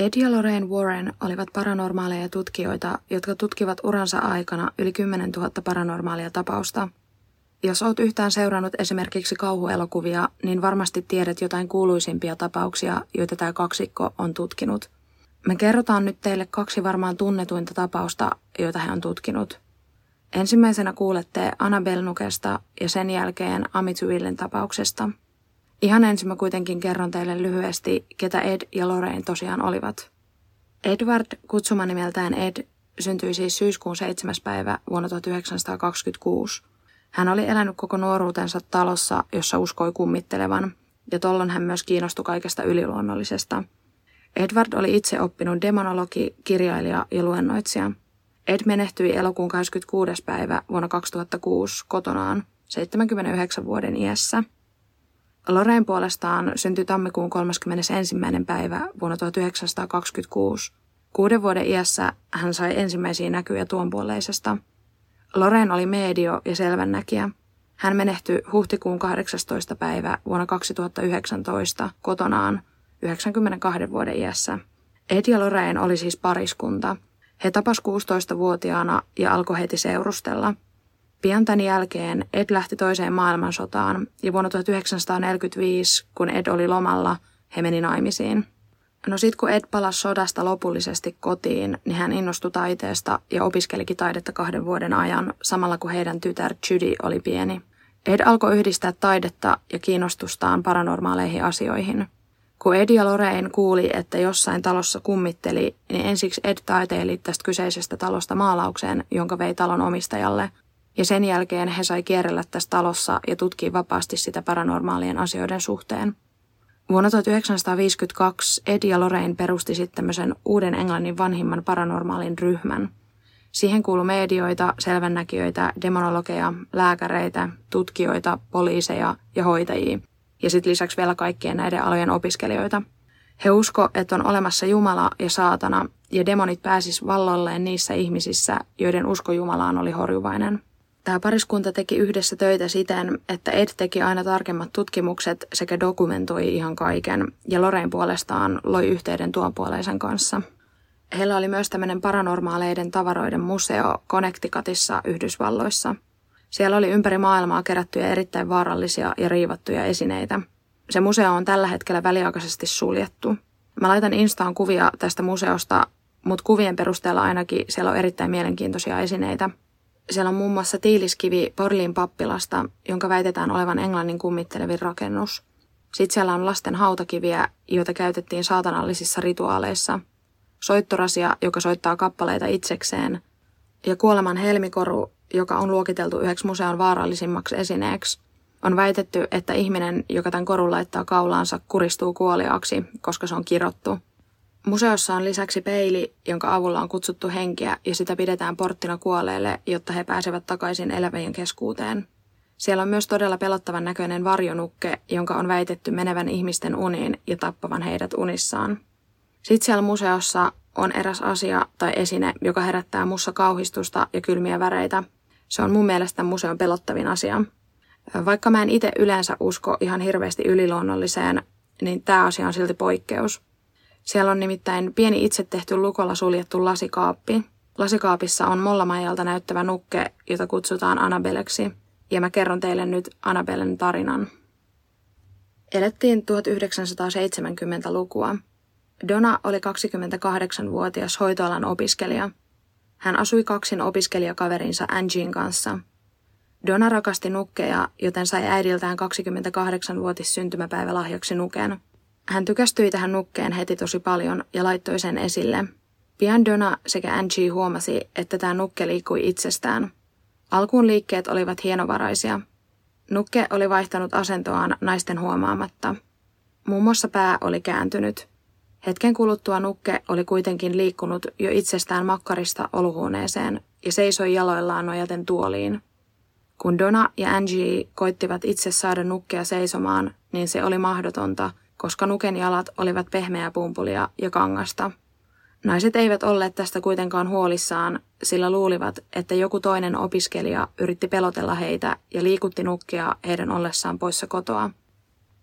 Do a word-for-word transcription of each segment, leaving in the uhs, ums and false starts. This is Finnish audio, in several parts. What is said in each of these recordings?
Ed ja Lorraine Warren olivat paranormaaleja tutkijoita, jotka tutkivat uransa aikana yli kymmenen tuhatta paranormaalia tapausta. Jos oot yhtään seurannut esimerkiksi kauhuelokuvia, niin varmasti tiedät jotain kuuluisimpia tapauksia, joita tämä kaksikko on tutkinut. Me kerrotaan nyt teille kaksi varmaan tunnetuinta tapausta, joita he on tutkinut. Ensimmäisenä kuulette Annabelle-nukesta ja sen jälkeen Amityvillen tapauksesta. Ihan ensin mä kuitenkin kerron teille lyhyesti, ketä Ed ja Lorraine tosiaan olivat. Edward, kutsumanimeltään Ed, syntyi siis syyskuun seitsemäs päivä vuonna tuhatyhdeksänsataakaksikymmentäkuusi. Hän oli elänyt koko nuoruutensa talossa, jossa uskoi kummittelevan, ja tollon hän myös kiinnostui kaikesta yliluonnollisesta. Edward oli itse oppinut demonologi, kirjailija ja luennoitsija. Ed menehtyi elokuun kahdeskymmeneskuudes päivä vuonna kaksituhattakuusi kotonaan seitsemänkymmentäyhdeksän vuoden iässä. Lorraine puolestaan syntyi tammikuun kolmaskymmenesensimmäinen päivä vuonna tuhatyhdeksänsataakaksikymmentäkuusi. Kuuden vuoden iässä hän sai ensimmäisiä näkyjä tuonpuoleisesta. Lorraine oli meedio ja selvännäkijä. Hän menehtyi huhtikuun kahdeksastoista päivä vuonna kaksituhattayhdeksäntoista kotonaan yhdeksänkymmentäkaksi vuoden iässä. Ed ja Lorraine oli siis pariskunta. He tapas kuusitoistavuotiaana ja alkoi heti seurustella. Pian tämän jälkeen Ed lähti toiseen maailmansotaan ja vuonna tuhatyhdeksänsataaneljäkymmentäviisi, kun Ed oli lomalla, he meni naimisiin. No sit kun Ed palasi sodasta lopullisesti kotiin, niin hän innostui taiteesta ja opiskelikin taidetta kahden vuoden ajan, samalla kun heidän tytär Judy oli pieni. Ed alkoi yhdistää taidetta ja kiinnostustaan paranormaaleihin asioihin. Kun Ed ja Lorraine kuuli, että jossain talossa kummitteli, niin ensiksi Ed taiteili tästä kyseisestä talosta maalaukseen, jonka vei talon omistajalle. Ja sen jälkeen he sai kierrellä tässä talossa ja tutkia vapaasti sitä paranormaalien asioiden suhteen. Vuonna tuhatyhdeksänsataaviisikymmentäkaksi Ed ja Lorraine perusti sitten tämmöisen uuden Englannin vanhimman paranormaalin ryhmän. Siihen kuului medioita, selvännäkijöitä, demonologeja, lääkäreitä, tutkijoita, poliiseja ja hoitajia. Ja sitten lisäksi vielä kaikkien näiden alojen opiskelijoita. He usko, että on olemassa Jumala ja saatana, ja demonit pääsis vallolleen niissä ihmisissä, joiden usko Jumalaan oli horjuvainen. Tämä pariskunta teki yhdessä töitä siten, että Ed teki aina tarkemmat tutkimukset sekä dokumentoi ihan kaiken, ja Lorraine puolestaan loi yhteyden tuonpuoleisen kanssa. Heillä oli myös tämmöinen paranormaaleiden tavaroiden museo Connecticutissa Yhdysvalloissa. Siellä oli ympäri maailmaa kerättyjä erittäin vaarallisia ja riivattuja esineitä. Se museo on tällä hetkellä väliaikaisesti suljettu. Mä laitan Instaan kuvia tästä museosta, mutta kuvien perusteella ainakin siellä on erittäin mielenkiintoisia esineitä. Siellä on muun muassa tiiliskivi Porlin pappilasta, jonka väitetään olevan Englannin kummittelevin rakennus. Sitten siellä on lasten hautakiviä, joita käytettiin saatanallisissa rituaaleissa. Soittorasia, joka soittaa kappaleita itsekseen. Ja kuoleman helmikoru, joka on luokiteltu yhdeksi museon vaarallisimmaksi esineeksi. On väitetty, että ihminen, joka tämän korun laittaa kaulaansa, kuristuu kuoliaaksi, koska se on kirottu. Museossa on lisäksi peili, jonka avulla on kutsuttu henkiä ja sitä pidetään porttina kuolleille, jotta he pääsevät takaisin elävien keskuuteen. Siellä on myös todella pelottavan näköinen varjonukke, jonka on väitetty menevän ihmisten uniin ja tappavan heidät unissaan. Sitten siellä museossa on eräs asia tai esine, joka herättää mussa kauhistusta ja kylmiä väreitä. Se on mun mielestä museon pelottavin asia. Vaikka mä en itse yleensä usko ihan hirveästi yliluonnolliseen, niin tämä asia on silti poikkeus. Siellä on nimittäin pieni itse tehty lukolla suljettu lasikaappi. Lasikaapissa on mollamaijalta näyttävä nukke, jota kutsutaan Annabelleksi, ja mä kerron teille nyt Annabellen tarinan. Elettiin tuhatyhdeksänsataaseitsemänkymmentälukua. Donna oli kaksikymmentäkahdeksanvuotias hoitoalan opiskelija. Hän asui kaksin opiskelijakaverinsa Angien kanssa. Donna rakasti nukkeja, joten sai äidiltään kaksikymmentäkahdeksanvuotis syntymäpäivälahjaksi nuken. Hän tykästyi tähän nukkeen heti tosi paljon ja laittoi sen esille. Pian Donna sekä Angie huomasi, että tämä nukke liikkui itsestään. Alkuun liikkeet olivat hienovaraisia. Nukke oli vaihtanut asentoaan naisten huomaamatta. Muun muassa pää oli kääntynyt. Hetken kuluttua nukke oli kuitenkin liikkunut jo itsestään makkarista olohuoneeseen ja seisoi jaloillaan nojaten tuoliin. Kun Donna ja Angie koittivat itse saada nukkea seisomaan, niin se oli mahdotonta, koska nuken jalat olivat pehmeää pumpulia ja kangasta. Naiset eivät olleet tästä kuitenkaan huolissaan, sillä luulivat, että joku toinen opiskelija yritti pelotella heitä ja liikutti nukkia heidän ollessaan poissa kotoa.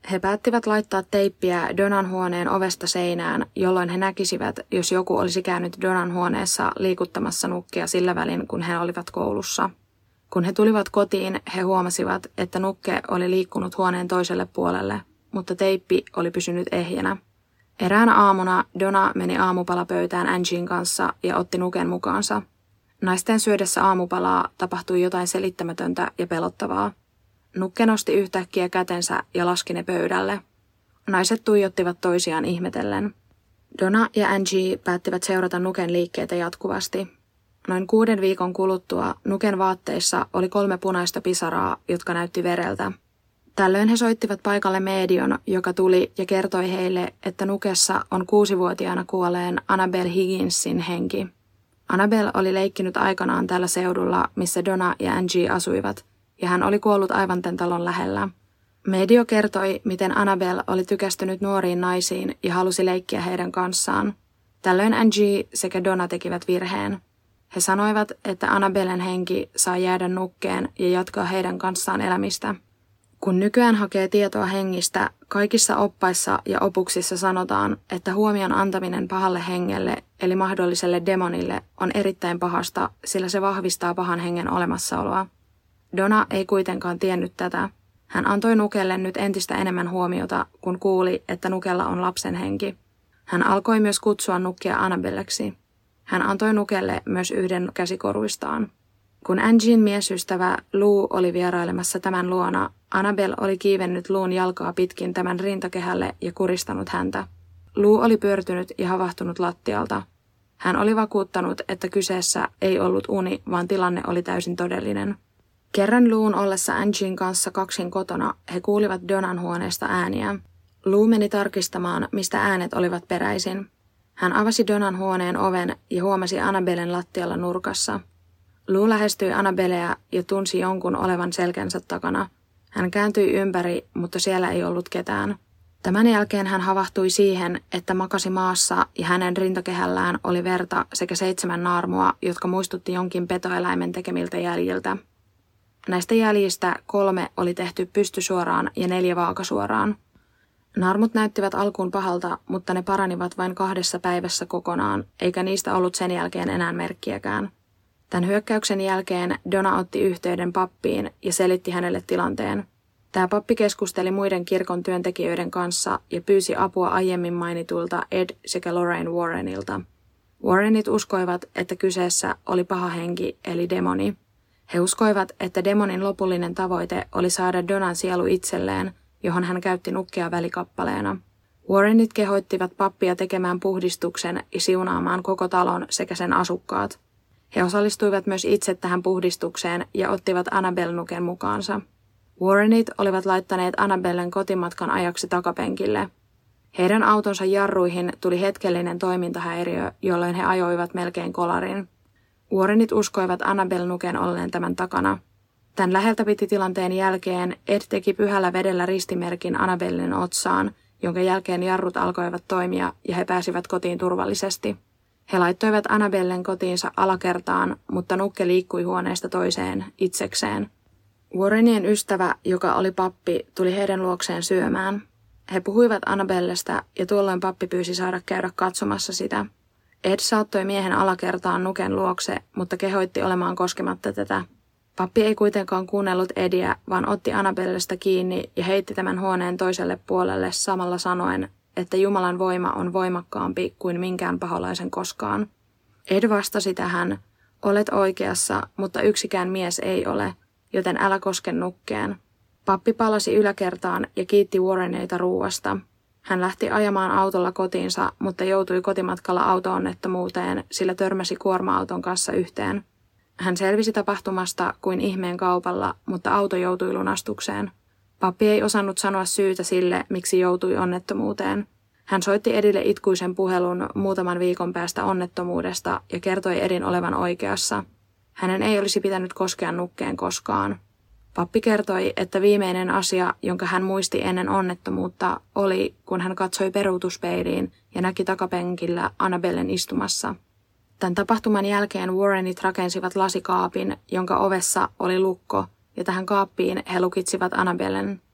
He päättivät laittaa teippiä Donnan huoneen ovesta seinään, jolloin he näkisivät, jos joku olisi käynyt Donnan huoneessa liikuttamassa Nukkea sillä välin, kun he olivat koulussa. Kun he tulivat kotiin, he huomasivat, että Nukke oli liikkunut huoneen toiselle puolelle, mutta teippi oli pysynyt ehjänä. Eräänä aamuna Donna meni aamupalapöytään Angien kanssa ja otti Nuken mukaansa. Naisten syödessä aamupalaa tapahtui jotain selittämätöntä ja pelottavaa. Nukke nosti yhtäkkiä kätensä ja laski ne pöydälle. Naiset tuijottivat toisiaan ihmetellen. Donna ja Angie päättivät seurata Nuken liikkeitä jatkuvasti. Noin kuuden viikon kuluttua Nuken vaatteissa oli kolme punaista pisaraa, jotka näytti vereltä. Tällöin he soittivat paikalle medion, joka tuli ja kertoi heille, että Nukessa on kuusivuotiaana kuolleen Annabelle Higginsin henki. Annabelle oli leikkinyt aikanaan tällä seudulla, missä Donna ja Angie asuivat, ja hän oli kuollut aivan tämän talon lähellä. Medio kertoi, miten Annabelle oli tykästynyt nuoriin naisiin ja halusi leikkiä heidän kanssaan. Tällöin Angie sekä Donna tekivät virheen. He sanoivat, että Annabellen henki saa jäädä Nukkeen ja jatkaa heidän kanssaan elämistä. Kun nykyään hakee tietoa hengistä, kaikissa oppaissa ja opuksissa sanotaan, että huomion antaminen pahalle hengelle, eli mahdolliselle demonille, on erittäin pahasta, sillä se vahvistaa pahan hengen olemassaoloa. Donna ei kuitenkaan tiennyt tätä. Hän antoi Nukelle nyt entistä enemmän huomiota, kun kuuli, että Nukella on lapsen henki. Hän alkoi myös kutsua Nukkea Annabelleksi. Hän antoi Nukelle myös yhden käsikoruistaan. Kun Angien miesystävä Lou oli vierailemassa tämän luona, Annabelle oli kiivennyt Loun jalkaa pitkin tämän rintakehälle ja kuristanut häntä. Lou oli pyörtynyt ja havahtunut lattialta. Hän oli vakuuttanut, että kyseessä ei ollut uni, vaan tilanne oli täysin todellinen. Kerran Loun ollessa Angien kanssa kaksin kotona, he kuulivat Donnan huoneesta ääniä. Lou meni tarkistamaan, mistä äänet olivat peräisin. Hän avasi Donnan huoneen oven ja huomasi Annabellen lattialla nurkassa. Lou lähestyi Annabellea ja tunsi jonkun olevan selkänsä takana. Hän kääntyi ympäri, mutta siellä ei ollut ketään. Tämän jälkeen hän havahtui siihen, että makasi maassa ja hänen rintakehällään oli verta sekä seitsemän naarmua, jotka muistutti jonkin petoeläimen tekemiltä jäljiltä. Näistä jäljistä kolme oli tehty pystysuoraan ja neljä vaakasuoraan. Naarmut näyttivät alkuun pahalta, mutta ne paranivat vain kahdessa päivässä kokonaan, eikä niistä ollut sen jälkeen enää merkkiäkään. Tämän hyökkäyksen jälkeen Donna otti yhteyden pappiin ja selitti hänelle tilanteen. Tämä pappi keskusteli muiden kirkon työntekijöiden kanssa ja pyysi apua aiemmin mainitulta Ed sekä Lorraine Warrenilta. Warrenit uskoivat, että kyseessä oli paha henki eli demoni. He uskoivat, että demonin lopullinen tavoite oli saada Donnan sielu itselleen, johon hän käytti Nukkea välikappaleena. Warrenit kehoittivat pappia tekemään puhdistuksen ja siunaamaan koko talon sekä sen asukkaat. He osallistuivat myös itse tähän puhdistukseen ja ottivat Annabelle-Nuken mukaansa. Warrenit olivat laittaneet Annabellen kotimatkan ajaksi takapenkille. Heidän autonsa jarruihin tuli hetkellinen toimintahäiriö, jolloin he ajoivat melkein kolarin. Warrenit uskoivat Annabelle-Nuken olleen tämän takana. Tämän läheltä piti tilanteen jälkeen Ed teki pyhällä vedellä ristimerkin Annabellen otsaan, jonka jälkeen jarrut alkoivat toimia ja he pääsivät kotiin turvallisesti. He laittoivat Annabellen kotiinsa alakertaan, mutta Nukke liikkui huoneesta toiseen itsekseen. Warrenien ystävä, joka oli pappi, tuli heidän luokseen syömään. He puhuivat Annabellesta ja tuolloin pappi pyysi saada käydä katsomassa sitä. Ed saattoi miehen alakertaan Nuken luokse, mutta kehoitti olemaan koskematta tätä. Pappi ei kuitenkaan kuunnellut Ediä, vaan otti Annabellesta kiinni ja heitti tämän huoneen toiselle puolelle samalla sanoen, että Jumalan voima on voimakkaampi kuin minkään paholaisen koskaan. Ed vastasi tähän, olet oikeassa, mutta yksikään mies ei ole, joten älä koske Nukkeen. Pappi palasi yläkertaan ja kiitti Warreneita ruuasta. Hän lähti ajamaan autolla kotiinsa, mutta joutui kotimatkalla auto-onnettomuuteen, sillä törmäsi kuorma-auton kanssa yhteen. Hän selvisi tapahtumasta kuin ihmeen kaupalla, mutta auto joutui lunastukseen. Pappi ei osannut sanoa syytä sille, miksi joutui onnettomuuteen. Hän soitti Edille itkuisen puhelun muutaman viikon päästä onnettomuudesta ja kertoi Edin olevan oikeassa. Hänen ei olisi pitänyt koskea Nukkeen koskaan. Pappi kertoi, että viimeinen asia, jonka hän muisti ennen onnettomuutta, oli, kun hän katsoi peruutuspeiliin ja näki takapenkillä Annabellen istumassa. Tämän tapahtuman jälkeen Warrenit rakensivat lasikaapin, jonka ovessa oli lukko, ja tähän kaappiin he lukitsivat Annabellen.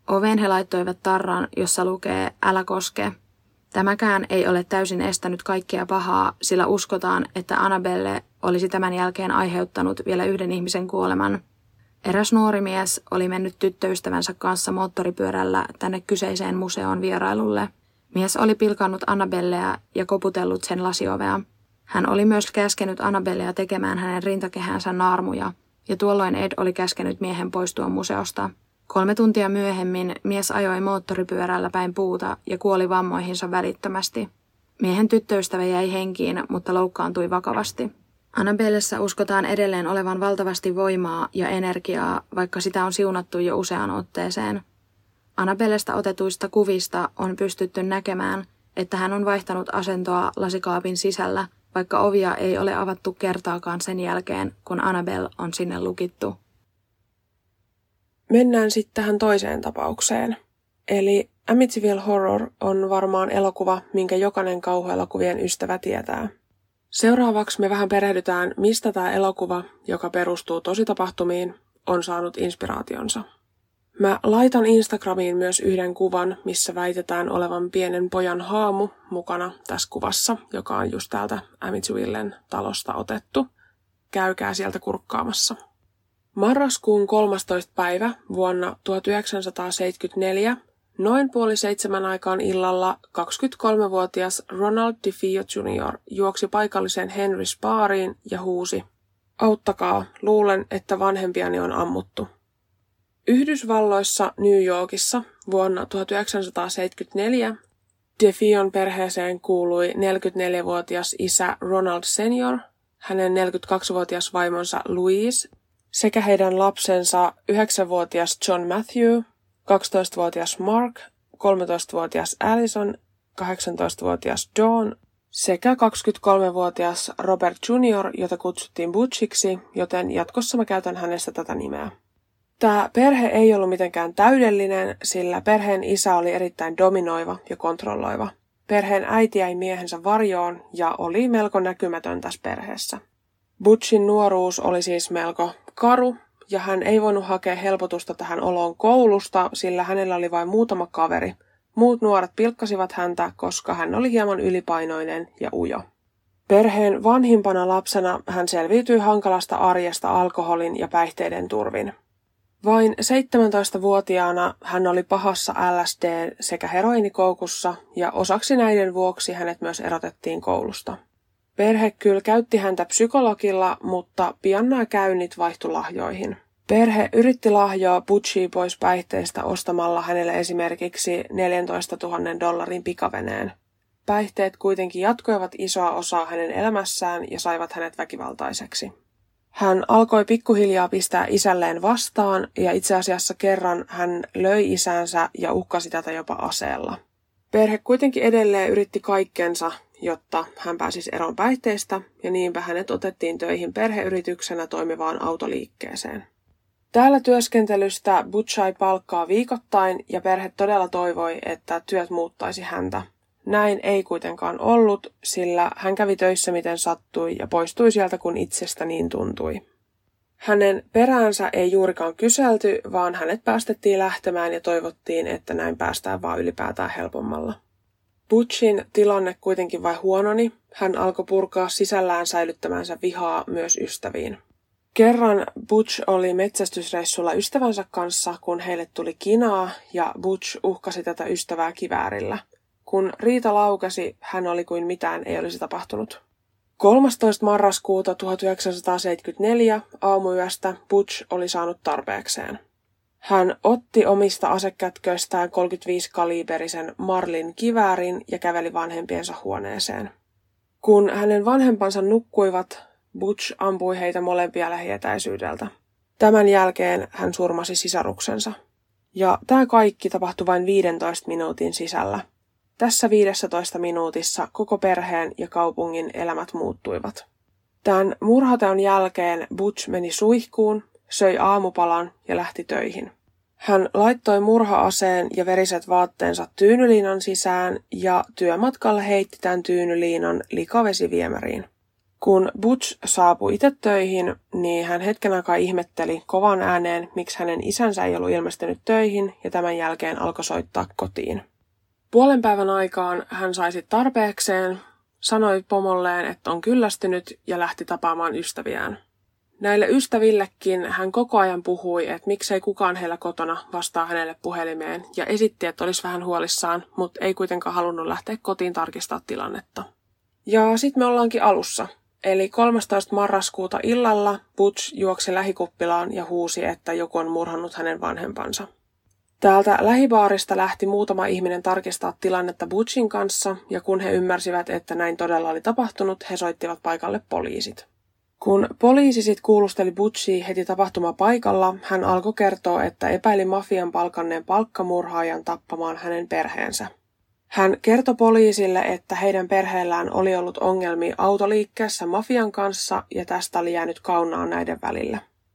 Oveen he laittoivat tarran, jossa lukee "Älä koske". Tämäkään ei ole täysin estänyt kaikkea pahaa, sillä uskotaan, että Annabelle olisi tämän jälkeen aiheuttanut vielä yhden ihmisen kuoleman. Eräs nuori mies oli mennyt tyttöystävänsä kanssa moottoripyörällä tänne kyseiseen museoon vierailulle. Mies oli pilkannut Annabellea ja koputellut sen lasiovea. Hän oli myös käskenyt Annabellea tekemään hänen rintakehänsä naarmuja, ja tuolloin Ed oli käskenyt miehen poistua museosta. Kolme tuntia myöhemmin mies ajoi moottoripyörällä päin puuta ja kuoli vammoihinsa välittömästi. Miehen tyttöystävä jäi henkiin, mutta loukkaantui vakavasti. Annabellessä uskotaan edelleen olevan valtavasti voimaa ja energiaa, vaikka sitä on siunattu jo useaan otteeseen. Annabellesta otetuista kuvista on pystytty näkemään, että hän on vaihtanut asentoa lasikaapin sisällä, vaikka ovia ei ole avattu kertaakaan sen jälkeen, kun Annabelle on sinne lukittu. Mennään sitten tähän toiseen tapaukseen. Eli Amityville Horror on varmaan elokuva, minkä jokainen kauhuelokuvien ystävä tietää. Seuraavaksi me vähän perehdytään, mistä tämä elokuva, joka perustuu tositapahtumiin, on saanut inspiraationsa. Mä laitan Instagramiin myös yhden kuvan, missä väitetään olevan pienen pojan haamu mukana tässä kuvassa, joka on just täältä Amityvillen talosta otettu. Käykää sieltä kurkkaamassa. Marraskuun kolmastoista päivä vuonna tuhatyhdeksänsataaseitsemänkymmentäneljä noin puoli seitsemän aikaan illalla kaksikymmentäkolmevuotias Ronald DeFeo juniori juoksi paikallisen Henrys baariin ja huusi: "Auttakaa, luulen, että vanhempiani on ammuttu." Yhdysvalloissa New Yorkissa vuonna tuhatyhdeksänsataaseitsemänkymmentäneljä DeFeon perheeseen kuului neljäkymmentäneljävuotias isä Ronald senior, hänen neljäkymmentäkaksivuotias vaimonsa Louise sekä heidän lapsensa yhdeksänvuotias John Matthew, kaksitoistavuotias Mark, kolmetoistavuotias Allison, kahdeksantoistavuotias Dawn sekä kaksikymmentäkolmevuotias Robert juniori, jota kutsuttiin Butchiksi, joten jatkossa mä käytän hänestä tätä nimeä. Tämä perhe ei ollut mitenkään täydellinen, sillä perheen isä oli erittäin dominoiva ja kontrolloiva. Perheen äiti jäi miehensä varjoon ja oli melko näkymätön tässä perheessä. Butchin nuoruus oli siis melko karu, ja hän ei voinut hakea helpotusta tähän oloon koulusta, sillä hänellä oli vain muutama kaveri. Muut nuoret pilkkasivat häntä, koska hän oli hieman ylipainoinen ja ujo. Perheen vanhimpana lapsena hän selviytyi hankalasta arjesta alkoholin ja päihteiden turvin. Vain seitsemäntoistavuotiaana hän oli pahassa L S D- sekä heroiinikoukussa, ja osaksi näiden vuoksi hänet myös erotettiin koulusta. Perhe kyllä käytti häntä psykologilla, mutta pian nämä käynnit vaihtui lahjoihin. Perhe yritti lahjoa Butchia pois päihteistä ostamalla hänelle esimerkiksi neljäntoistatuhannen dollarin pikaveneen. Päihteet kuitenkin jatkoivat isoa osaa hänen elämässään ja saivat hänet väkivaltaiseksi. Hän alkoi pikkuhiljaa pistää isälleen vastaan ja itse asiassa kerran hän löi isänsä ja uhkasi tätä jopa aseella. Perhe kuitenkin edelleen yritti kaikkensa, jotta hän pääsisi eroon päihteistä, ja niinpä hänet otettiin töihin perheyrityksenä toimivaan autoliikkeeseen. Täällä työskentelystä Butch sai palkkaa viikoittain, ja perhe todella toivoi, että työt muuttaisi häntä. Näin ei kuitenkaan ollut, sillä hän kävi töissä miten sattui ja poistui sieltä kun itsestä niin tuntui. Hänen peräänsä ei juurikaan kyselty, vaan hänet päästettiin lähtemään ja toivottiin, että näin päästään vaan ylipäätään helpommalla. Butchin tilanne kuitenkin vain huononi. Hän alkoi purkaa sisällään säilyttämänsä vihaa myös ystäviin. Kerran Butch oli metsästysreissulla ystävänsä kanssa, kun heille tuli kinaa, ja Butch uhkasi tätä ystävää kiväärillä. Kun riita laukesi, hän oli kuin mitään ei olisi tapahtunut. kolmastoista marraskuuta tuhatyhdeksänsataaseitsemänkymmentäneljä aamuyöstä Butch oli saanut tarpeekseen. Hän otti omista asekätköistään kolmekymmentäviisi kaliiberisen Marlin kiväärin ja käveli vanhempiensa huoneeseen. Kun hänen vanhempansa nukkuivat, Butch ampui heitä molempia lähietäisyydeltä. Tämän jälkeen hän surmasi sisaruksensa. Ja tämä kaikki tapahtui vain viidentoista minuutin sisällä. Tässä viidessätoista minuutissa koko perheen ja kaupungin elämät muuttuivat. Tämän murhateon jälkeen Butch meni suihkuun, söi aamupalan ja lähti töihin. Hän laittoi murha-aseen ja veriset vaatteensa tyynyliinan sisään ja työmatkalla heitti tämän tyynyliinan likavesiviemäriin. Kun Butch saapui itse töihin, niin hän hetken aikaa ihmetteli kovan ääneen, miksi hänen isänsä ei ollut ilmestynyt töihin, ja tämän jälkeen alkoi soittaa kotiin. Puolen päivän aikaan hän sai sit tarpeekseen, sanoi pomolleen, että on kyllästynyt ja lähti tapaamaan ystäviään. Näille ystävillekin hän koko ajan puhui, että miksei kukaan heillä kotona vastaa hänelle puhelimeen ja esitti, että olisi vähän huolissaan, mutta ei kuitenkaan halunnut lähteä kotiin tarkistaa tilannetta. Ja sitten me ollaankin alussa. Eli kolmastoista marraskuuta illalla Butch juoksi lähikuppilaan ja huusi, että joku on murhannut hänen vanhempansa. Täältä lähibaarista lähti muutama ihminen tarkistaa tilannetta Butchin kanssa, ja kun he ymmärsivät, että näin todella oli tapahtunut, he soittivat paikalle poliisit. Kun poliisi sitten kuulusteli Butchia heti tapahtumapaikalla, hän alkoi kertoa, että epäili mafian palkanneen palkkamurhaajan tappamaan hänen perheensä. Hän kertoi poliisille, että heidän perheellään oli ollut ongelmia autoliikkeessä mafian kanssa ja tästä oli jäänyt kaunaa näiden välillä.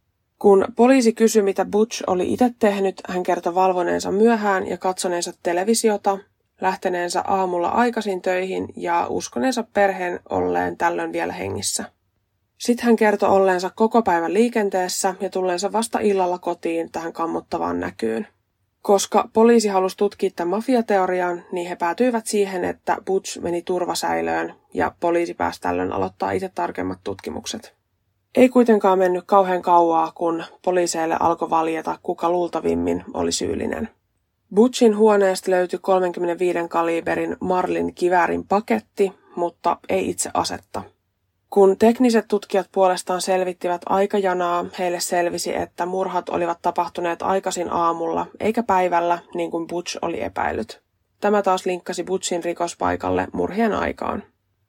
Kun poliisi kysyi, mitä Butch oli itse tehnyt, hän kertoi valvoneensa myöhään ja katsoneensa televisiota, lähteneensä aamulla aikaisin töihin ja uskoneensa perheen olleen tällöin vielä hengissä. Sitten hän kertoi olleensa koko päivän liikenteessä ja tulleensa vasta illalla kotiin tähän kammottavaan näkyyn. Koska poliisi halusi tutkia tämän mafiateorian, niin he päätyivät siihen, että Butch meni turvasäilöön ja poliisi pääsi tällöin aloittaa itse tarkemmat tutkimukset. Ei kuitenkaan mennyt kauhean kauaa, kun poliiseille alkoi valjeta, kuka luultavimmin oli syyllinen. Butchin huoneesta löytyi kolmekymmentäviisi kaliiberin Marlin kiväärin paketti, mutta ei itse asetta. Kun tekniset tutkijat puolestaan selvittivät aikajanaa, heille selvisi, että murhat olivat tapahtuneet aikaisin aamulla eikä päivällä, niin kuin Butch oli epäillyt. Tämä taas linkkasi Butchin rikospaikalle murhien aikaan.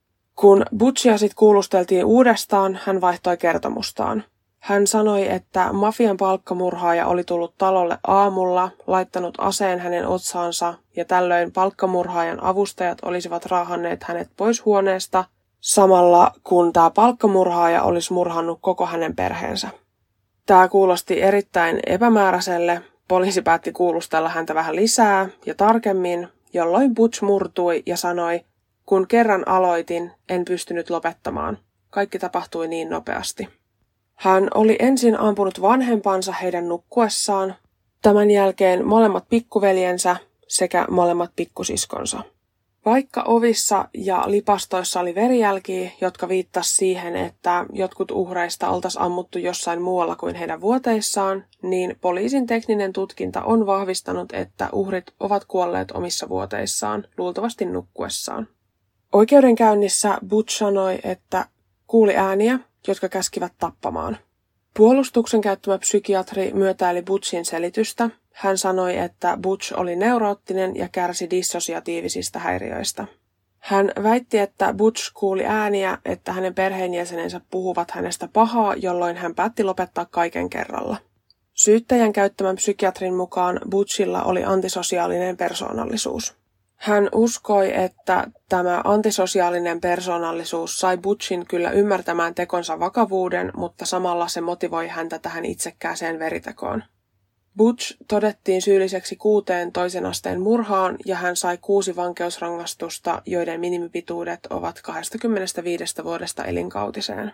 Kun Butchia sitten kuulusteltiin uudestaan, hän vaihtoi kertomustaan. Hän sanoi, että mafian palkkamurhaaja oli tullut talolle aamulla, laittanut aseen hänen otsaansa ja tällöin palkkamurhaajan avustajat olisivat raahanneet hänet pois huoneesta, samalla kun tämä palkkamurhaaja olisi murhannut koko hänen perheensä. Tämä kuulosti erittäin epämääräiselle. Poliisi päätti kuulustella häntä vähän lisää ja tarkemmin, jolloin Butch murtui ja sanoi, kun kerran aloitin, en pystynyt lopettamaan. Kaikki tapahtui niin nopeasti. Hän oli ensin ampunut vanhempansa heidän nukkuessaan, tämän jälkeen molemmat pikkuveljensä sekä molemmat pikkusiskonsa. Vaikka ovissa ja lipastoissa oli verijälkiä, jotka viittasi siihen, että jotkut uhreista oltaisiin ammuttu jossain muualla kuin heidän vuoteissaan, niin poliisin tekninen tutkinta on vahvistanut, että uhrit ovat kuolleet omissa vuoteissaan, luultavasti nukkuessaan. Oikeudenkäynnissä Butch sanoi, että kuuli ääniä, jotka käskivät tappamaan. Puolustuksen käyttämä psykiatri myötäili Butchin selitystä. Hän sanoi, että Butch oli neuroottinen ja kärsi dissosiatiivisista häiriöistä. Hän väitti, että Butch kuuli ääniä, että hänen perheenjäsenensä puhuvat hänestä pahaa, jolloin hän päätti lopettaa kaiken kerralla. Syyttäjän käyttämän psykiatrin mukaan Butchilla oli antisosiaalinen persoonallisuus. Hän uskoi, että tämä antisosiaalinen persoonallisuus sai Butchin kyllä ymmärtämään tekonsa vakavuuden, mutta samalla se motivoi häntä tähän itsekkääseen veritekoon. Butch todettiin syylliseksi kuuteen toisen asteen murhaan ja hän sai kuusi vankeusrangaistusta, joiden minimipituudet ovat kaksikymmentäviisi vuodesta elinkautiseen.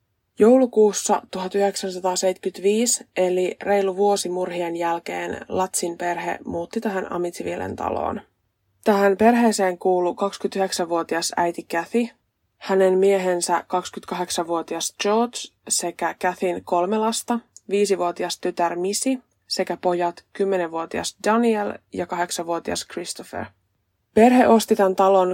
Joulukuussa tuhatyhdeksänsataaseitsemänkymmentäviisi, eli reilu vuosi murhien jälkeen, Lutzin perhe muutti tähän Amityvillen taloon. Tähän perheeseen kuului kaksikymmentäyhdeksänvuotias äiti Kathy, hänen miehensä kaksikymmentäkahdeksanvuotias George sekä Kathyn kolme lasta, viisivuotias tytär Missy sekä pojat kymmenvuotias Daniel ja kahdeksanvuotias Christopher. Perhe osti tämän talon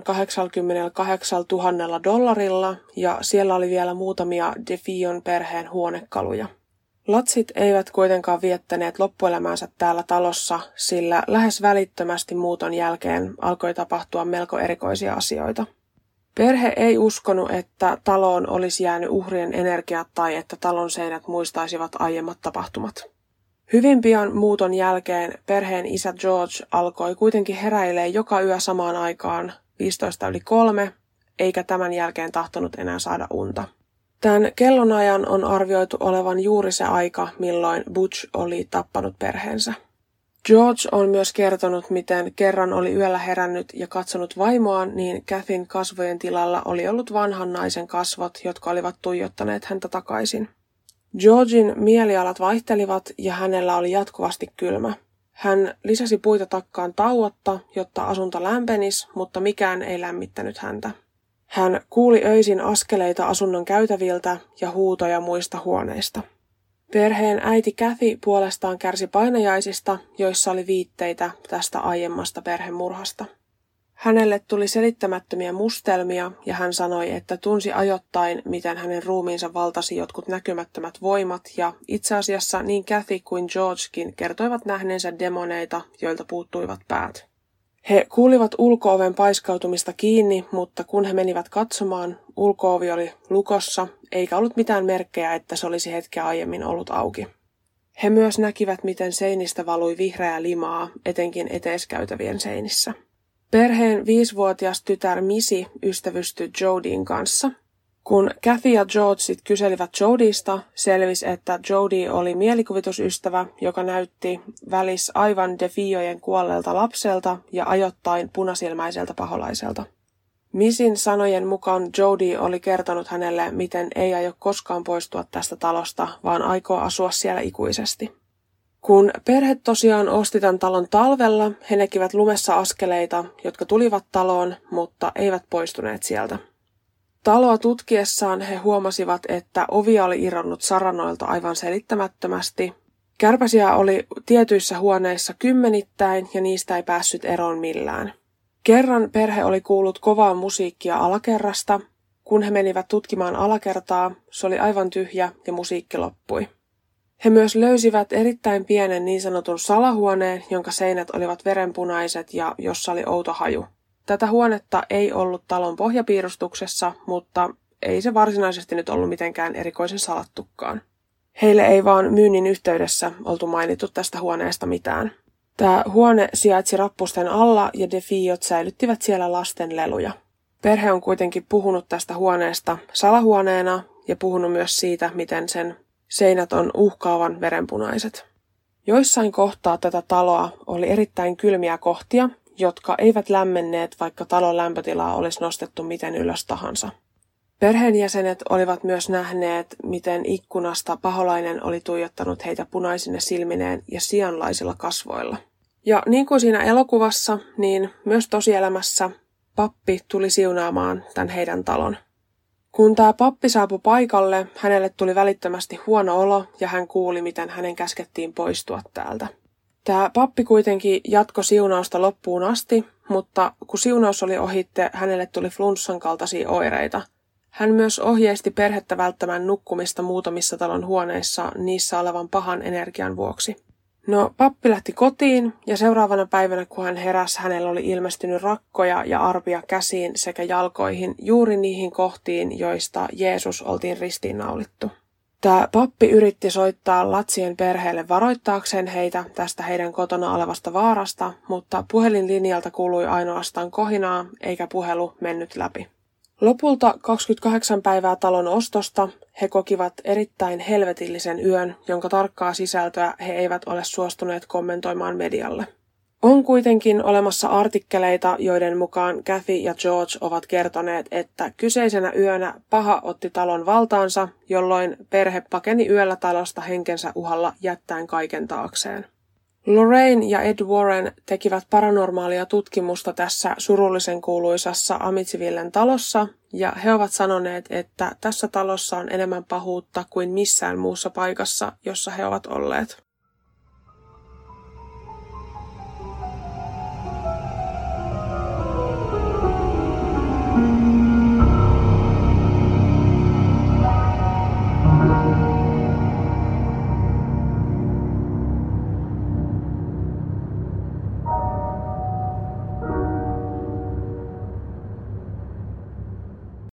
kahdeksankymmentäkahdeksantuhatta dollarilla ja siellä oli vielä muutamia DeFeon perheen huonekaluja. Lutzit eivät kuitenkaan viettäneet loppuelämäänsä täällä talossa, sillä lähes välittömästi muuton jälkeen alkoi tapahtua melko erikoisia asioita. Perhe ei uskonut, että taloon olisi jäänyt uhrien energiat tai että talon seinät muistaisivat aiemmat tapahtumat. Hyvin pian muuton jälkeen perheen isä George alkoi kuitenkin heräilee joka yö samaan aikaan viisitoista yli kolme, eikä tämän jälkeen tahtonut enää saada unta. Tämän kellonajan on arvioitu olevan juuri se aika, milloin Butch oli tappanut perheensä. George on myös kertonut, miten kerran oli yöllä herännyt ja katsonut vaimoaan, niin Kathyn kasvojen tilalla oli ollut vanhan naisen kasvot, jotka olivat tuijottaneet häntä takaisin. Georgin mielialat vaihtelivat ja hänellä oli jatkuvasti kylmä. Hän lisäsi puita takkaan tauotta, jotta asunto lämpenisi, mutta mikään ei lämmittänyt häntä. Hän kuuli öisin askeleita asunnon käytäviltä ja huutoja muista huoneista. Perheen äiti Kathy puolestaan kärsi painajaisista, joissa oli viitteitä tästä aiemmasta perhemurhasta. Hänelle tuli selittämättömiä mustelmia ja hän sanoi, että tunsi ajoittain, miten hänen ruumiinsa valtasi jotkut näkymättömät voimat ja itse asiassa niin Kathy kuin Georgekin kertoivat nähneensä demoneita, joilta puuttuivat päät. He kuulivat ulko-oven paiskautumista kiinni, mutta kun he menivät katsomaan, ulko-ovi oli lukossa, eikä ollut mitään merkkejä, että se olisi hetkeä aiemmin ollut auki. He myös näkivät, miten seinistä valui vihreää limaa, etenkin eteiskäytävien seinissä. Perheen viisivuotias tytär Missy ystävystyi Jodien kanssa. Kun Kathy ja George sit kyselivät Jodista, selvisi, että Jodie oli mielikuvitusystävä, joka näytti välissä aivan DeFiojen kuolleelta lapselta ja ajoittain punasilmäiseltä paholaiselta. Missyn sanojen mukaan Jodie oli kertonut hänelle, miten ei aio koskaan poistua tästä talosta, vaan aikoo asua siellä ikuisesti. Kun perhe tosiaan osti tämän talon talvella, he näkivät lumessa askeleita, jotka tulivat taloon, mutta eivät poistuneet sieltä. Taloa tutkiessaan he huomasivat, että ovia oli irronnut saranoilta aivan selittämättömästi. Kärpäsiä oli tietyissä huoneissa kymmenittäin ja niistä ei päässyt eroon millään. Kerran perhe oli kuullut kovaa musiikkia alakerrasta. Kun he menivät tutkimaan alakertaa, se oli aivan tyhjä ja musiikki loppui. He myös löysivät erittäin pienen niin sanotun salahuoneen, jonka seinät olivat verenpunaiset ja jossa oli outo haju. Tätä huonetta ei ollut talon pohjapiirustuksessa, mutta ei se varsinaisesti nyt ollut mitenkään erikoisen salattukaan. Heille ei vaan myynnin yhteydessä oltu mainittu tästä huoneesta mitään. Tämä huone sijaitsi rappusten alla ja DeFiot säilyttivät siellä lasten leluja. Perhe on kuitenkin puhunut tästä huoneesta salahuoneena ja puhunut myös siitä, miten sen seinät on uhkaavan verenpunaiset. Joissain kohtaa tätä taloa oli erittäin kylmiä kohtia, jotka eivät lämmenneet, vaikka talon lämpötilaa olisi nostettu miten ylös tahansa. Perheenjäsenet olivat myös nähneet, miten ikkunasta paholainen oli tuijottanut heitä punaisine silmineen ja sianlaisilla kasvoilla. Ja niin kuin siinä elokuvassa, niin myös tosielämässä pappi tuli siunaamaan tämän heidän talon. Kun tämä pappi saapui paikalle, hänelle tuli välittömästi huono olo ja hän kuuli, miten hänen käskettiin poistua täältä. Tämä pappi kuitenkin jatkoi siunausta loppuun asti, mutta kun siunaus oli ohitte, hänelle tuli flunssan kaltaisia oireita. Hän myös ohjeisti perhettä välttämään nukkumista muutamissa talon huoneissa niissä olevan pahan energian vuoksi. No, pappi lähti kotiin ja seuraavana päivänä, kun hän heräsi, hänellä oli ilmestynyt rakkoja ja arpia käsiin sekä jalkoihin juuri niihin kohtiin, joista Jeesus oltiin ristiinnaulittu. Tämä pappi yritti soittaa Latsien perheelle varoittaakseen heitä tästä heidän kotona olevasta vaarasta, mutta puhelinlinjalta kuului ainoastaan kohinaa eikä puhelu mennyt läpi. Lopulta kaksikymmentäkahdeksan päivää talon ostosta he kokivat erittäin helvetillisen yön, jonka tarkkaa sisältöä he eivät ole suostuneet kommentoimaan medialle. On kuitenkin olemassa artikkeleita, joiden mukaan Kathy ja George ovat kertoneet, että kyseisenä yönä paha otti talon valtaansa, jolloin perhe pakeni yöllä talosta henkensä uhalla jättäen kaiken taakseen. Lorraine ja Ed Warren tekivät paranormaalia tutkimusta tässä surullisen kuuluisassa Amityvillen talossa, ja he ovat sanoneet, että tässä talossa on enemmän pahuutta kuin missään muussa paikassa, jossa he ovat olleet.